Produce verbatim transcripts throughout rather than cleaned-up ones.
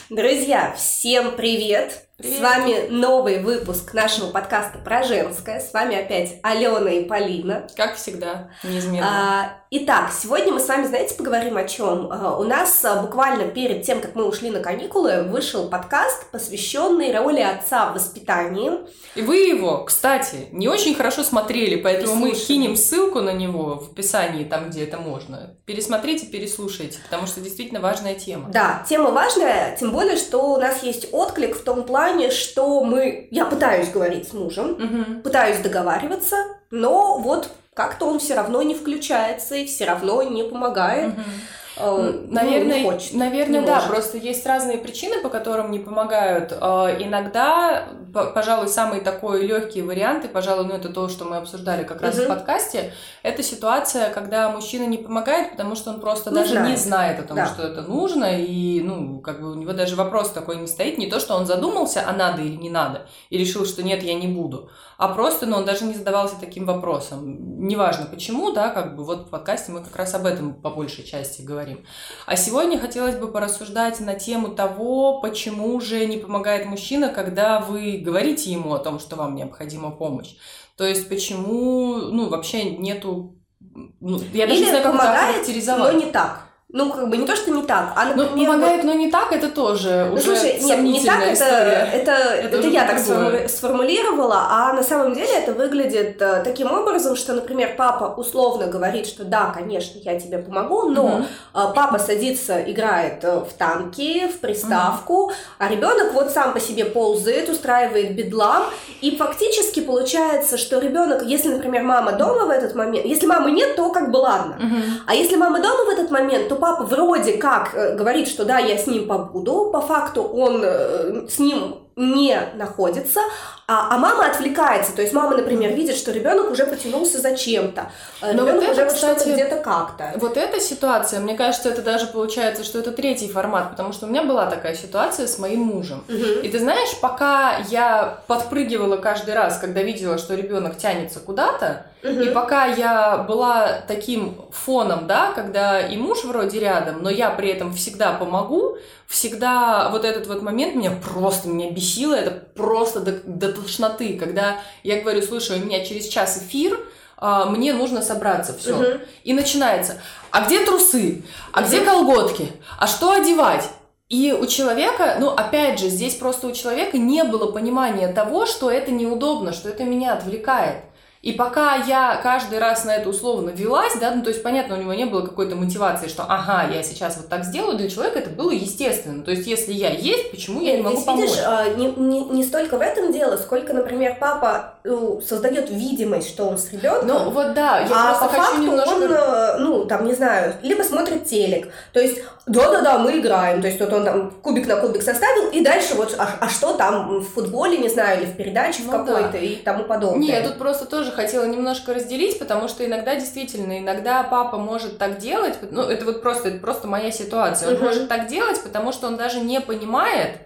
Друзья, всем привет! Привет! С вами новый выпуск нашего подкаста про женское. С вами опять Алена и Полина. Как всегда, неизменно. А, итак, сегодня мы с вами, знаете, поговорим о чем? А, у нас а, буквально перед тем, как мы ушли на каникулы, вышел подкаст, посвященный роли отца в воспитании. И вы его, кстати, не очень хорошо смотрели, поэтому мы кинем ссылку на него в описании, там, где это можно. Пересмотрите, переслушайте, потому что действительно важная тема. Да, тема важная, тем более, что у нас есть отклик в том плане, что мы... Я пытаюсь говорить с мужем, угу. пытаюсь договариваться, но вот как-то он все равно не включается и все равно не помогает. Угу. Uh, наверное, ну, хочет, наверное, не да, может. Просто есть разные причины, по которым не помогают. Uh, иногда, по- пожалуй, самый такой легкий вариант, и, пожалуй, ну, это то, что мы обсуждали как раз uh-huh. в подкасте, это ситуация, когда мужчина не помогает, потому что он просто не даже знает. не знает о том, да. что это нужно, и, ну, как бы у него даже вопрос такой не стоит, не то, что он задумался, а надо или не надо, и решил, что нет, я не буду, а просто, ну, он даже не задавался таким вопросом. Неважно почему, да, как бы вот в подкасте мы как раз об этом по большей части говорим. А сегодня хотелось бы порассуждать на тему того, почему же не помогает мужчина, когда вы говорите ему о том, что вам необходима помощь. То есть почему, ну, вообще нету... Ну, я даже Или не знаю, как это помогает, охарактеризовать. но не так. Ну, как бы не то, что не так, а, например... Ну, помогает, вот... но не так, это тоже ну, уже слушай, сомнительная нет, не так, история. Это, это, это я так другое. сформулировала, а на самом деле это выглядит э, таким образом, что, например, папа условно говорит, что да, конечно, я тебе помогу, но Uh-huh. э, папа садится, играет э, в танки, в приставку, uh-huh. а ребенок вот сам по себе ползает, устраивает бедлам, и фактически получается, что ребенок, если, например, мама дома в этот момент, если мамы нет, то как бы ладно, Uh-huh. а если мама дома в этот момент, то папа вроде как э, говорит, что да, я с ним побуду, по факту он э, с ним не находится, а, а мама отвлекается, то есть мама, например, видит, что ребенок уже потянулся за чем-то, ребенок вот уже это, кстати, что-то где-то как-то. Вот эта ситуация, мне кажется, это даже получается, что это третий формат, потому что у меня была такая ситуация с моим мужем. Угу. И ты знаешь, пока я подпрыгивала каждый раз, когда видела, что ребенок тянется куда-то, угу. и пока я была таким фоном, да, когда и муж вроде рядом, но я при этом всегда помогу, всегда вот этот вот момент меня просто, меня бесило, это просто до, до тошноты, когда я говорю, слушай, у меня через час эфир, а, мне нужно собраться, все. Uh-huh. И начинается, а где трусы? А uh-huh. где колготки? А что одевать? И у человека, ну, опять же, здесь просто у человека не было понимания того, что это неудобно, что это меня отвлекает. И пока я каждый раз на это условно велась, да, ну, то есть, понятно, у него не было какой-то мотивации, что, ага, я сейчас вот так сделаю, для человека это было естественно. То есть, если я есть, почему я не могу Ведь, помочь? Видишь, не, не, не столько в этом дело, сколько, например, папа ну, создает видимость, что он с ребенком. Ну, вот да, я а просто по хочу факту немножко... он, ну, там, не знаю, либо смотрит телек, то есть, да-да-да, мы играем, то есть, вот он там кубик на кубик составил, и дальше вот, а, а что там в футболе, не знаю, или в передаче ну, в какой-то да. и тому подобное. Не, я тут просто тоже хотела немножко разделить, потому что иногда действительно, иногда папа может так делать, ну, это вот просто, это просто моя ситуация, он uh-huh. может так делать, потому что он даже не понимает,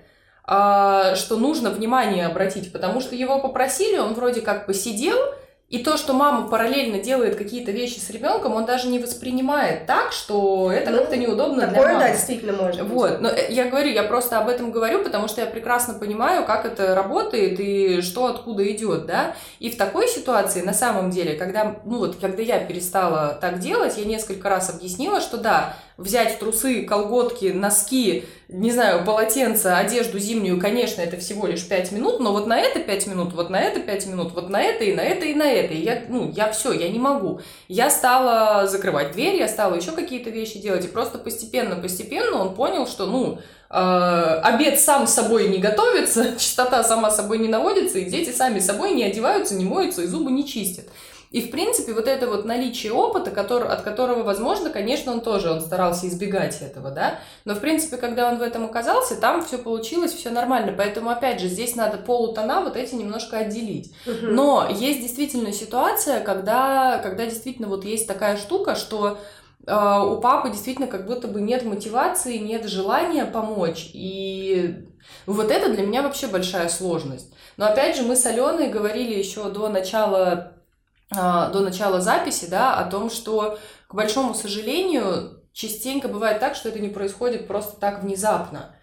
а, что нужно внимание обратить, потому что его попросили, он вроде как посидел, и то, что мама параллельно делает какие-то вещи с ребенком, он даже не воспринимает так, что это ну, как-то неудобно такое, для мамы. Да, действительно может быть. Вот, но я говорю, я просто об этом говорю, потому что я прекрасно понимаю, как это работает и что откуда идет, да. И в такой ситуации, на самом деле, когда, ну вот, когда я перестала так делать, я несколько раз объяснила, что да, взять трусы, колготки, носки, не знаю, полотенце, одежду зимнюю, конечно, это всего лишь пять минут, но вот на это пять минут, вот на это пять минут, вот на это и на это и на это. И я, ну, я все, я не могу. Я стала закрывать дверь, я стала еще какие-то вещи делать, и просто постепенно-постепенно он понял, что, ну, э, обед сам собой не готовится, чистота сама собой не наводится, и дети сами собой не одеваются, не моются и зубы не чистят. И, в принципе, вот это вот наличие опыта, который, от которого, возможно, конечно, он тоже, он старался избегать этого, да, но, в принципе, когда он в этом оказался, там все получилось, все нормально, поэтому, опять же, здесь надо полутона вот эти немножко отделить. Uh-huh. Но есть действительно ситуация, когда, когда действительно вот есть такая штука, что э, у папы действительно как будто бы нет мотивации, нет желания помочь, и вот это для меня вообще большая сложность. Но, опять же, мы с Аленой говорили еще до начала до начала записи, да, о том, что, к большому сожалению, частенько бывает так, что это не происходит просто так внезапно.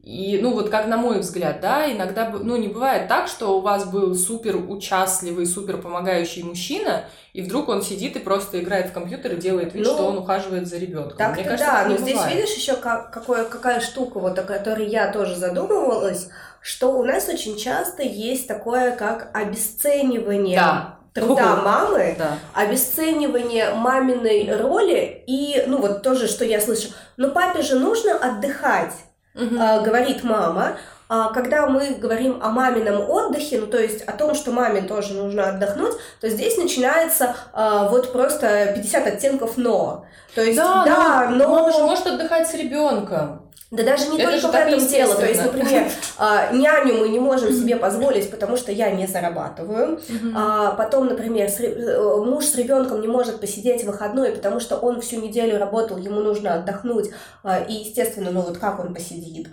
И, ну, вот как на мой взгляд, да, иногда, ну, не бывает так, что у вас был супер участливый, супер помогающий мужчина, и вдруг он сидит и просто играет в компьютер и делает вид, ну, что он ухаживает за ребенком. Так, Мне да, кажется, да, так не но здесь бывает. видишь еще как, какое, какая штука, вот о которой я тоже задумывалась, что у нас очень часто есть такое, как обесценивание Да. труда мамы, да. обесценивание маминой роли, и, ну, вот тоже, что я слышу, ну, папе же нужно отдыхать, Угу. э, говорит мама. А когда мы говорим о мамином отдыхе, ну, то есть о том, что маме тоже нужно отдохнуть, то здесь начинается э, вот просто пятьдесят оттенков «но». То есть, да, да, но... но... Мама же может отдыхать с ребенком. Да даже не Это только в так этом дело. То есть, естественно. например, а, няню мы не можем себе позволить, потому что я не зарабатываю. Мгм. А, потом, например, с ре- э, муж с ребенком не может посидеть в выходной, потому что он всю неделю работал, ему нужно отдохнуть. А, и, естественно, ну вот как он посидит?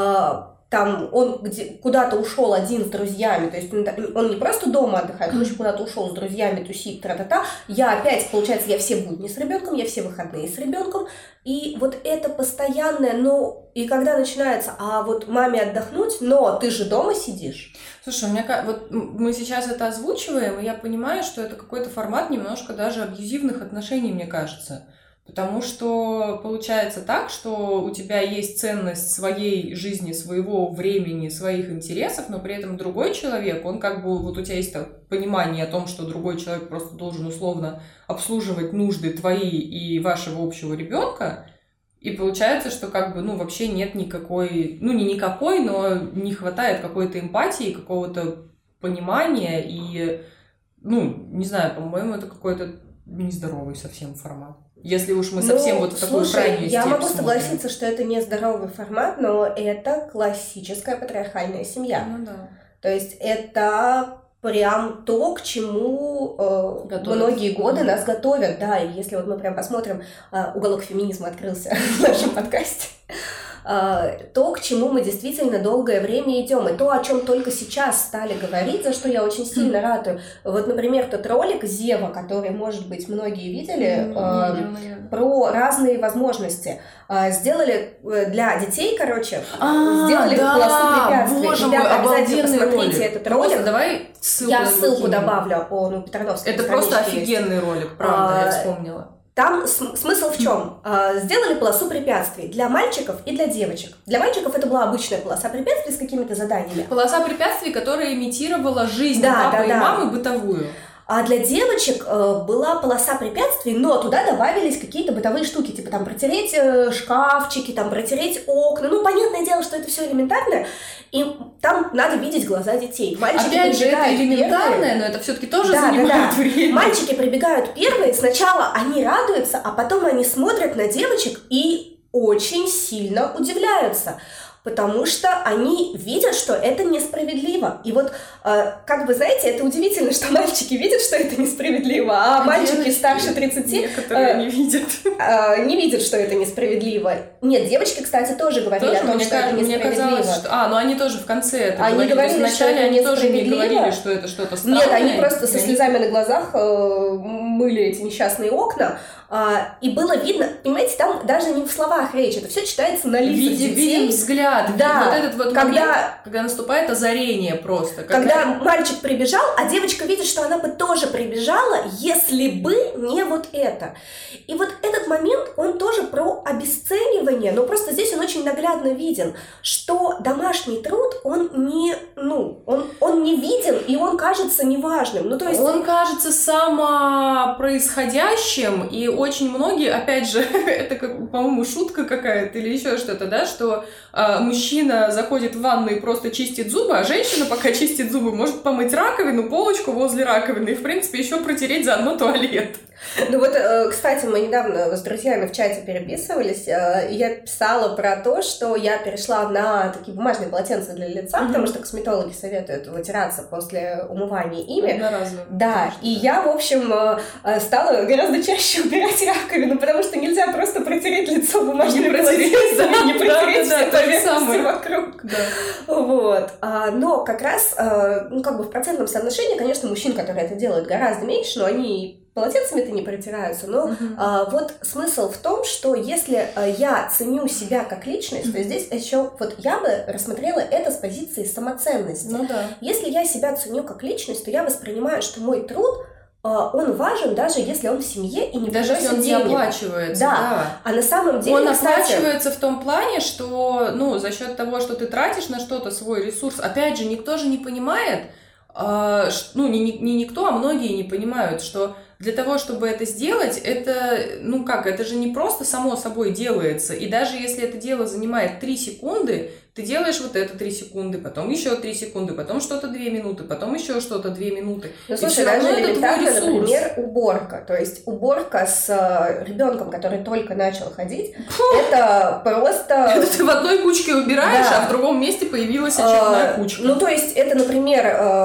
А, там он где, куда-то ушел один с друзьями, то есть он, он не просто дома отдыхает, он еще куда-то ушел с друзьями, тусит, тра-та-та. Я опять, получается, я все будни с ребенком, я все выходные с ребенком. И вот это постоянное, ну, и когда начинается, а вот маме отдохнуть, но ты же дома сидишь. Слушай, у меня ка- вот мы сейчас это озвучиваем, и я понимаю, что это какой-то формат немножко даже абьюзивных отношений, мне кажется. Потому что получается так, что у тебя есть ценность своей жизни, своего времени, своих интересов, но при этом другой человек, он как бы, вот у тебя есть так понимание о том, что другой человек просто должен условно обслуживать нужды твои и вашего общего ребенка, и получается, что как бы, ну, вообще нет никакой, ну, не никакой, но не хватает какой-то эмпатии, какого-то понимания, и, ну, не знаю, по-моему, это какой-то нездоровый совсем формат. Если уж мы совсем Ну, вот в такую слушай, крайнюю я степь могу смотрим. согласиться, что это не здоровый формат, но это классическая патриархальная семья. Ну да. То есть это прям то, к чему э, Готовят. многие годы нас готовят. Да, и если вот мы прям посмотрим, э, уголок феминизма открылся в нашем подкасте, э, то, к чему мы действительно долгое время идем, и то, о чем только сейчас стали говорить, за что я очень сильно ратую. Вот, например, тот ролик Зева, который, может быть, многие видели, э, про разные возможности. Э, сделали для детей, короче, А, сделали да, полосу препятствий. боже мой, Ребята, обязательно обалденный посмотрите ролик. этот Просто ролик. давай ссылку. Я на него ссылку кинем. добавлю по ну, Петрановской Это просто страничке есть. офигенный ролик, правда, А, я вспомнила. Там см- смысл в чем? А, сделали полосу препятствий для мальчиков и для девочек. Для мальчиков это была обычная полоса препятствий с какими-то заданиями. Полоса препятствий, которая имитировала жизнь Да, папы да, и да. мамы бытовую. А для девочек э, была полоса препятствий, но туда добавились какие-то бытовые штуки, типа там протереть э, шкафчики, там протереть окна. Ну, понятное дело, что это все элементарно, и там надо видеть глаза детей. Мальчики Опять же, это прибегают элементарное, первые. но это все-таки тоже Да, занимает да, да. время. Мальчики прибегают первые, сначала они радуются, а потом они смотрят на девочек и очень сильно удивляются. Потому что они видят, что это несправедливо. И вот, э, как бы, знаете, это удивительно, что мальчики видят, что это несправедливо, а, а мальчики девочки, старше тридцати некоторые э, не видят. Э, не видят, что это несправедливо. Нет, девочки, кстати, тоже говорили тоже, о том, мне что кажется, это несправедливо. Мне казалось, что... А, ну они тоже в конце это они говорили. говорили, Вначале что это они тоже не несправедливо. говорили, что это что-то странное. Нет, они просто со они... слезами на глазах э, мыли эти несчастные окна. А, и было видно, понимаете, там даже не в словах речь, это все читается на лицах Види, детей. видим взгляд, да, вот этот вот когда, момент, когда наступает озарение просто. Когда... когда мальчик прибежал, а девочка видит, что она бы тоже прибежала, если бы не вот это. И вот этот момент, он тоже про обесценивание, но просто здесь он очень наглядно виден, что домашний труд, он не, ну, он, он не виден, и он кажется неважным. Ну, то есть... Он кажется самопроисходящим, и очень многие, опять же, это, как, по-моему, шутка какая-то или еще что-то, да, что э, мужчина заходит в ванну и просто чистит зубы, а женщина, пока чистит зубы, может помыть раковину, полочку возле раковины и, в принципе, еще протереть заодно туалет. Ну вот, кстати, мы недавно с друзьями в чате переписывались, и я писала про то, что я перешла на такие бумажные полотенца для лица, mm-hmm. потому что косметологи советуют вытираться после умывания ими. Одноразово. Да, и я, в общем, стала гораздо чаще убирать раковину, потому что нельзя просто протереть лицо бумажными полотенцами, не протереть все поверхности вокруг. Вот. Но как раз, ну как бы в процентном соотношении, конечно, мужчин, которые это делают, гораздо меньше, но они полотенцами-то не протираются, но uh-huh. а, вот смысл в том, что если а, я ценю себя как личность, uh-huh. то здесь еще, вот я бы рассмотрела это с позиции самоценности. Ну, да. Если я себя ценю как личность, то я воспринимаю, что мой труд, а, он важен, даже если он в семье и не даже приносит если он денег. не оплачивается. Да. да, а на самом деле, он кстати, оплачивается в том плане, что, ну, за счет того, что ты тратишь на что-то свой ресурс, опять же, никто же не понимает, а, ну, не, не, не никто, а многие не понимают, что для того, чтобы это сделать, это, ну как, это же не просто само собой делается. И даже если это дело занимает три секунды, ты делаешь вот это три секунды, потом еще три секунды, потом что-то две минуты, потом еще что-то две минуты. Ну, слушай, даже элементарно, например, уборка. То есть уборка с ребенком, который только начал ходить, Фу! это просто... Это ты в одной кучке убираешь, да. а в другом месте появилась очередная а, кучка. Ну, то есть это, например,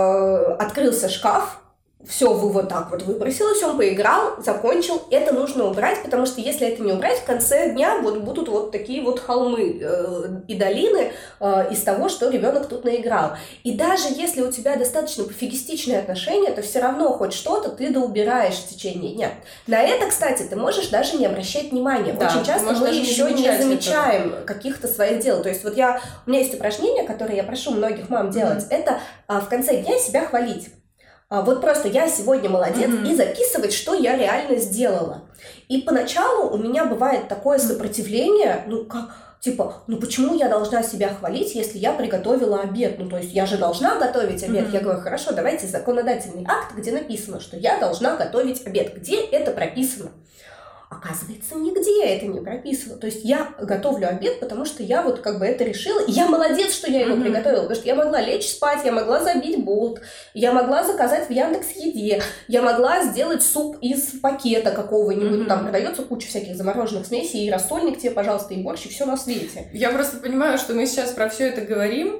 открылся шкаф, все, вы вот так вот выбросилось, он поиграл, закончил, это нужно убрать, потому что если это не убрать, в конце дня вот будут вот такие вот холмы э, и долины э, из того, что ребенок тут наиграл. И даже если у тебя достаточно пофигистичные отношения, то все равно хоть что-то ты доубираешь в течение дня. На это, кстати, ты можешь даже не обращать внимания. Да, очень часто мы еще не, не замечаем этого. Каких-то своих дел. То есть вот я, у меня есть упражнение, которое я прошу многих мам делать, mm-hmm. это а, в конце дня себя хвалить. Вот просто я сегодня молодец, mm-hmm. и записывать, что я реально сделала. И поначалу у меня бывает такое сопротивление, ну как, типа, ну почему я должна себя хвалить, если я приготовила обед? Ну то есть я же должна готовить обед. Mm-hmm. Я говорю, хорошо, давайте законодательный акт, где написано, что я должна готовить обед. Где это прописано? Оказывается, нигде это не прописано. То есть я готовлю обед, потому что я вот как бы это решила. И я молодец, что я его mm-hmm. приготовила. Потому что я могла лечь спать, я могла забить болт, я могла заказать в Яндекс.Еде, я могла сделать суп из пакета какого-нибудь. Mm-hmm. Там продается куча всяких замороженных смесей, и рассольник тебе, пожалуйста, и борщ, и все на свете. Я просто понимаю, что мы сейчас про все это говорим.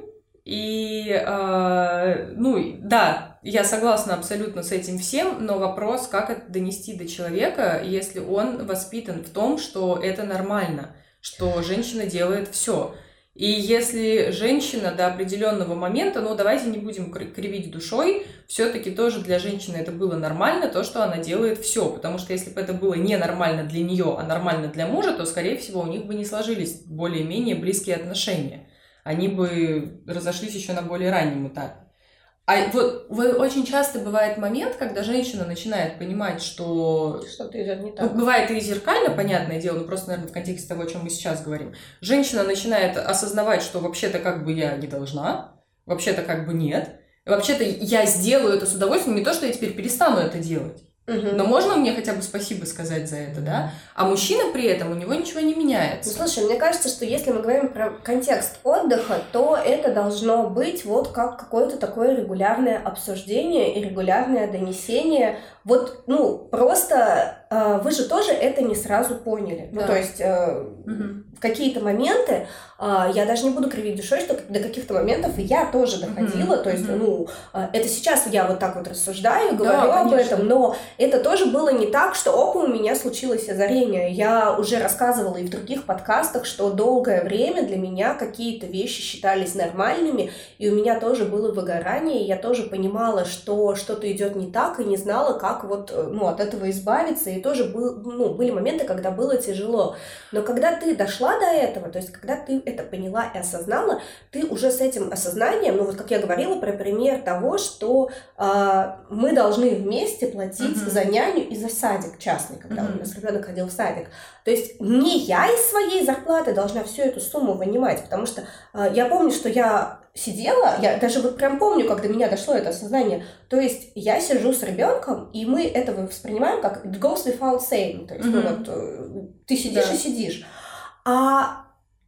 И, э, ну, да, я согласна абсолютно с этим всем, но вопрос, как это донести до человека, если он воспитан в том, что это нормально, что женщина делает все. И если женщина до определенного момента, ну, давайте не будем кривить душой, все-таки тоже для женщины это было нормально, то, что она делает все, потому что если бы это было не нормально для нее, а нормально для мужа, то, скорее всего, у них бы не сложились более-менее близкие отношения. Они бы разошлись еще на более раннем этапе. А вот очень часто бывает момент, когда женщина начинает понимать, что... Что-то идет не так. Ну, бывает и зеркально, понятное дело, но просто, наверное, в контексте того, о чем мы сейчас говорим. Женщина начинает осознавать, что вообще-то как бы я не должна, вообще-то как бы нет. Вообще-то я сделаю это с удовольствием, не то, что я теперь перестану это делать. Угу. Но можно мне хотя бы спасибо сказать за это, да? А мужчина при этом, у него ничего не меняется. Ну, слушай, мне кажется, что если мы говорим про контекст отдыха, то это должно быть вот как какое-то такое регулярное обсуждение и регулярное донесение. Вот, ну, просто э, вы же тоже это не сразу поняли. Да. Ну, то есть э, угу. в какие-то моменты, э, я даже не буду кривить душой, что до каких-то моментов я тоже доходила. Угу. То есть, угу. ну, э, это сейчас я вот так вот рассуждаю, говорю да, об этом, но это тоже было не так, что опа, у меня случилось озарение. Я уже рассказывала и в других подкастах, что долгое время для меня какие-то вещи считались нормальными, и у меня тоже было выгорание, и я тоже понимала, что что-то идет не так, и не знала, как вот, ну, от этого избавиться, и тоже был, ну, были моменты, когда было тяжело. Но когда ты дошла до этого, то есть когда ты это поняла и осознала, ты уже с этим осознанием, ну вот как я говорила про пример того, что э, мы должны вместе платить uh-huh. за няню и за садик частный, когда uh-huh. у нас ребенок ходил в садик. То есть не я из своей зарплаты должна всю эту сумму вынимать, потому что э, я помню, что я сидела, я даже вот прям помню, как до меня дошло это осознание, то есть я сижу с ребенком, и мы это воспринимаем как it goes without saying, то есть mm-hmm. ну, вот, ты сидишь да. и сидишь, а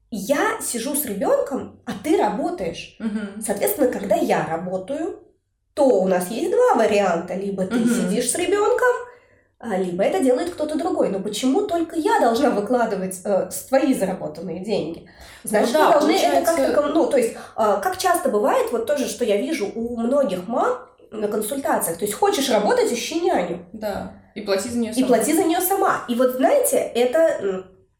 я сижу с ребенком, а ты работаешь. Mm-hmm. Соответственно, когда я работаю, то у нас есть два варианта, либо ты mm-hmm. сидишь с ребенком, либо это делает кто-то другой. Но почему только я должна выкладывать э, твои заработанные деньги? Значит, ну, да, мы должны получается... это как-то... Ну, то есть, э, как часто бывает, вот тоже, что я вижу у многих мам на консультациях. То есть, хочешь работать, ищи няню. Да, и плати за нее сама. И плати за нее сама. И вот, знаете, это...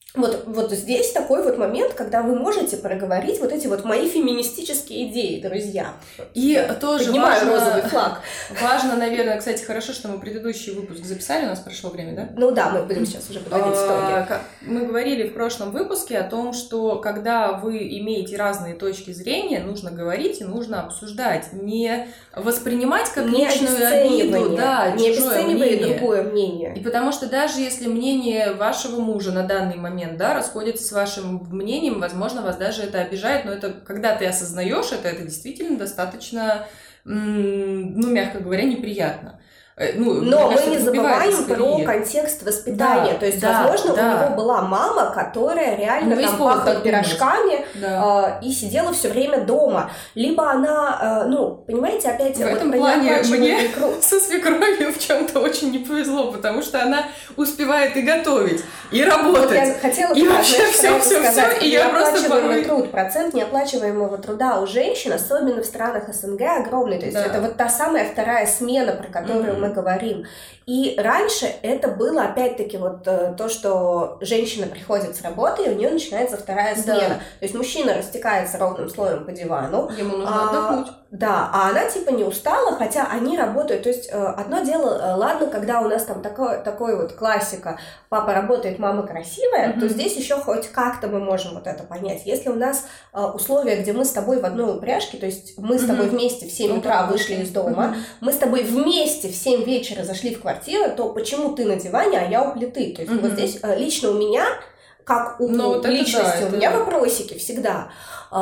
Вот, вот здесь такой вот момент, когда вы можете проговорить вот эти вот мои феминистические идеи, друзья. И тоже Поднимаю важно, розовый флаг. Важно, наверное, кстати, хорошо, что мы предыдущий выпуск записали, у нас прошло время, да? Ну да, мы будем сейчас уже подводить итоги. Мы говорили в прошлом выпуске о том, что когда вы имеете разные точки зрения, нужно говорить и нужно обсуждать, не воспринимать как не личную обиду, да, не чужое обесценивая мнение. другое мнение. И потому что даже если мнение вашего мужа на данный момент, да, расходится с вашим мнением, возможно, вас даже это обижает, но это, когда ты осознаешь это, это действительно достаточно, ну, мягко говоря, неприятно. Ну, но кажется, мы не забываем про контекст воспитания. Да, то есть, да, возможно, да. у него была мама, которая реально ну, там пахла пирожками да. э, и сидела все время дома. Либо она, э, ну, понимаете, опять... В вот этом плане мне со свекровью в чем-то очень не повезло, потому что она успевает и готовить, и работать. Вот я хотела и вообще все-все-все, и я просто порой... труд, процент неоплачиваемого труда у женщин, особенно в странах СНГ, огромный. То есть, да. это вот та самая вторая смена, про которую mm-hmm. мы говорим. И раньше это было, опять-таки, вот то, что женщина приходит с работы, и у нее начинается вторая смена. Да. То есть мужчина растекается ровным слоем по дивану. Ему нужно а, отдохнуть. Да, а она типа не устала, хотя они работают. То есть одно дело, ладно, когда у нас там такой, такой вот классика, папа работает, мама красивая, mm-hmm. то здесь еще хоть как-то мы можем вот это понять. Если у нас условия, где мы с тобой в одной упряжке, то есть мы с тобой mm-hmm. вместе в семь утра mm-hmm. вышли из дома, mm-hmm. мы с тобой вместе в семь вечера зашли в квартиру, то почему ты на диване, а я у плиты? То есть mm-hmm. вот здесь лично у меня, как у ну, личности, вот у меня да. вопросики всегда.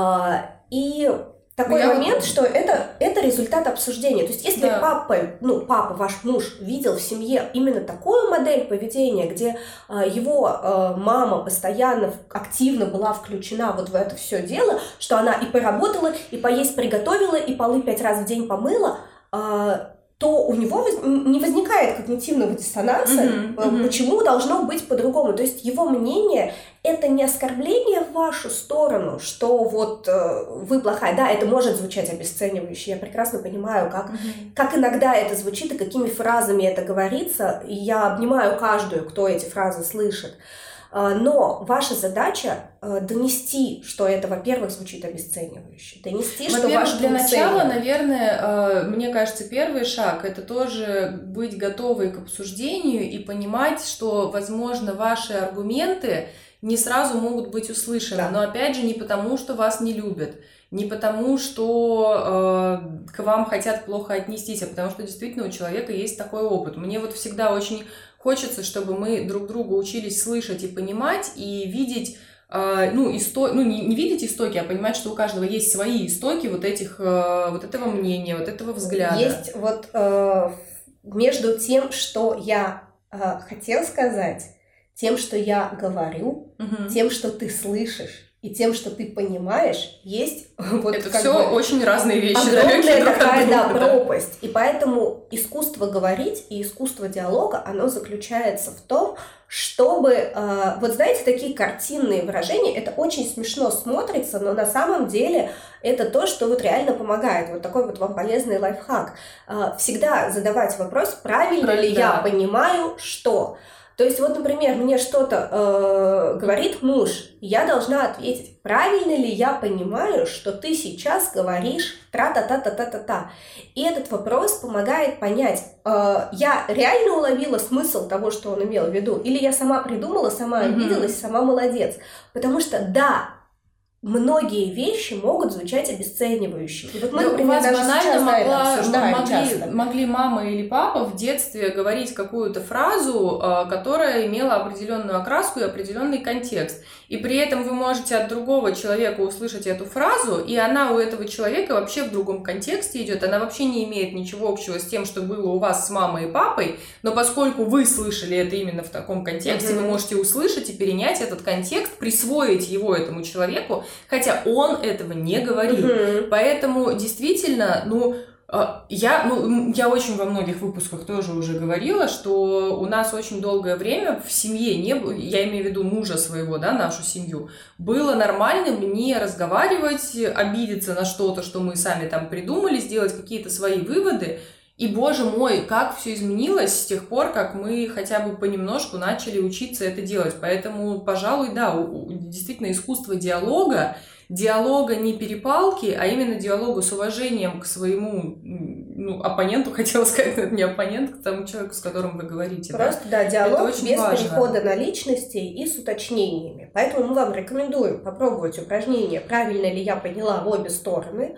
И такой я... момент, что это, это результат обсуждения. То есть, если да. папа, ну, папа, ваш муж, видел в семье именно такую модель поведения, где э, его э, мама постоянно активно была включена вот в это все дело, что она и поработала, и поесть приготовила, и полы пять раз в день помыла, э, то у него не возникает когнитивного диссонанса, mm-hmm, mm-hmm. почему должно быть по-другому. То есть его мнение — это не оскорбление в вашу сторону, что вот э, вы плохая. Да, это может звучать обесценивающе, я прекрасно понимаю, как, mm-hmm. как иногда это звучит и какими фразами это говорится, и я обнимаю каждую, кто эти фразы слышит. Но ваша задача донести, что это, во-первых, звучит обесценивающе, донести, что ваш для начала, наверное, мне кажется, первый шаг — это тоже быть готовой к обсуждению и понимать, что, возможно, ваши аргументы не сразу могут быть услышаны, да. но, опять же, не потому, что вас не любят, не потому, что э, к вам хотят плохо отнестись, а потому что действительно у человека есть такой опыт. Мне вот всегда очень хочется, чтобы мы друг друга учились слышать и понимать, и видеть, э, ну, исто... ну не, не видеть истоки, а понимать, что у каждого есть свои истоки вот, этих, э, вот этого мнения, вот этого взгляда. Есть вот э, между тем, что я э, хотел сказать, тем, что я говорю, угу. тем, что ты слышишь, и тем, что ты понимаешь, есть вот это все бы, очень разные вещи, огромная такая да, пропасть. И поэтому искусство говорить и искусство диалога, оно заключается в том, чтобы, э, вот знаете, такие картинные выражения, это очень смешно смотрится, но на самом деле это то, что вот реально помогает. Вот такой вот вам полезный лайфхак. Э, всегда задавать вопрос, правильно Правильно, ли да. я понимаю, что... То есть вот, например, мне что-то э, говорит муж, я должна ответить, правильно ли я понимаю, что ты сейчас говоришь тра-та-та-та-та-та-та. И этот вопрос помогает понять, э, я реально уловила смысл того, что он имел в виду, или я сама придумала, сама обиделась, mm-hmm. сама молодец. Потому что да, многие вещи могут звучать обесценивающе. И вот мы, ну, например, у вас даже банально сейчас могла, обсуждаем могли, часто. могли мама или папа в детстве говорить какую-то фразу, которая имела определенную окраску и определенный контекст. И при этом вы можете от другого человека услышать эту фразу, и она у этого человека вообще в другом контексте идет. Она вообще не имеет ничего общего с тем, что было у вас с мамой и папой, но поскольку вы слышали это именно в таком контексте, mm-hmm. вы можете услышать и перенять этот контекст, присвоить его этому человеку, хотя он этого не говорил. Mm-hmm. Поэтому действительно, ну, я, ну, я очень во многих выпусках тоже уже говорила, что у нас очень долгое время в семье, не, я имею в виду мужа своего, да, нашу семью, было нормальным не разговаривать, обидеться на что-то, что мы сами там придумали, сделать какие-то свои выводы, И, боже мой, как все изменилось с тех пор, как мы хотя бы понемножку начали учиться это делать. Поэтому, пожалуй, да, действительно искусство диалога, диалога не перепалки, а именно диалога с уважением к своему, ну, оппоненту, хотела сказать, но это не оппонент, к тому человеку, с которым вы говорите. Просто, да, да диалог без важно. перехода на личности и с уточнениями. Поэтому мы вам рекомендуем попробовать упражнение «Правильно ли я поняла в обе стороны?»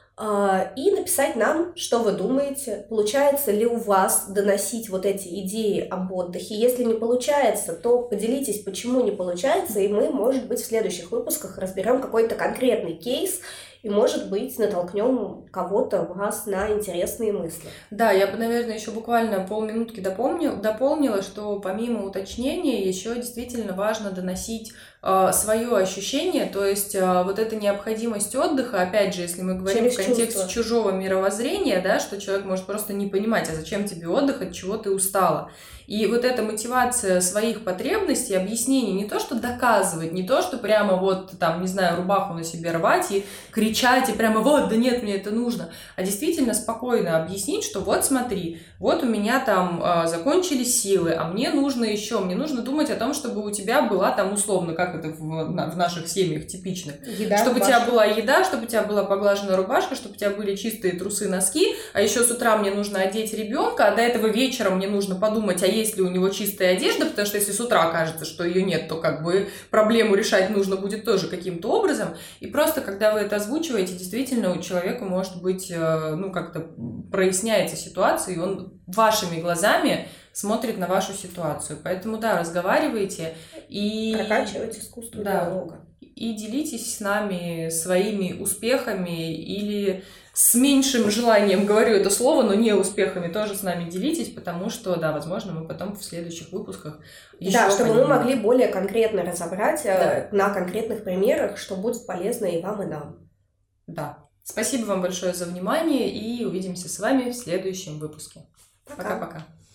и написать нам, что вы думаете, получается ли у вас доносить вот эти идеи об отдыхе. Если не получается, то поделитесь, почему не получается, и мы, может быть, в следующих выпусках разберем какой-то конкретный кейс, и, может быть, натолкнем кого-то, вас на интересные мысли. Да, я бы, наверное, еще буквально полминутки дополнила, дополнила, что помимо уточнения еще действительно важно доносить э, свое ощущение, то есть э, вот эта необходимость отдыха, опять же, если мы говорим Через в контексте чувства. чужого мировоззрения, да, что человек может просто не понимать, а зачем тебе отдых, от чего ты устала. И вот эта мотивация своих потребностей, объяснений, не то, что доказывать, не то, что прямо вот там, не знаю, рубаху на себе рвать и кричать, и прямо вот, да нет, мне это нужно, а действительно спокойно объяснить, что вот смотри, вот у меня там э, закончились силы, а мне нужно еще, мне нужно думать о том, чтобы у тебя была там условно, как это в, на, в наших семьях типичных, еда, чтобы рубашка. У тебя была еда, чтобы у тебя была поглаженная рубашка, чтобы у тебя были чистые трусы, носки, а еще с утра мне нужно одеть ребенка, а до этого вечером мне нужно подумать, а есть ли у него чистая одежда, потому что если с утра окажется, что ее нет, то как бы проблему решать нужно будет тоже каким-то образом. И просто, когда вы это озвучиваете, действительно у человека может быть, ну, как-то проясняется ситуация, и он вашими глазами смотрит на вашу ситуацию. Поэтому, да, разговаривайте и... Прокачивайте искусство да, диалога. И делитесь с нами своими успехами или с меньшим желанием, говорю это слово, но не успехами, тоже с нами делитесь, потому что, да, возможно, мы потом в следующих выпусках еще Да, чтобы понимаем. мы могли более конкретно разобрать да. на конкретных примерах, что будет полезно и вам, и нам. Да. Спасибо вам большое за внимание и увидимся с вами в следующем выпуске. Пока-пока.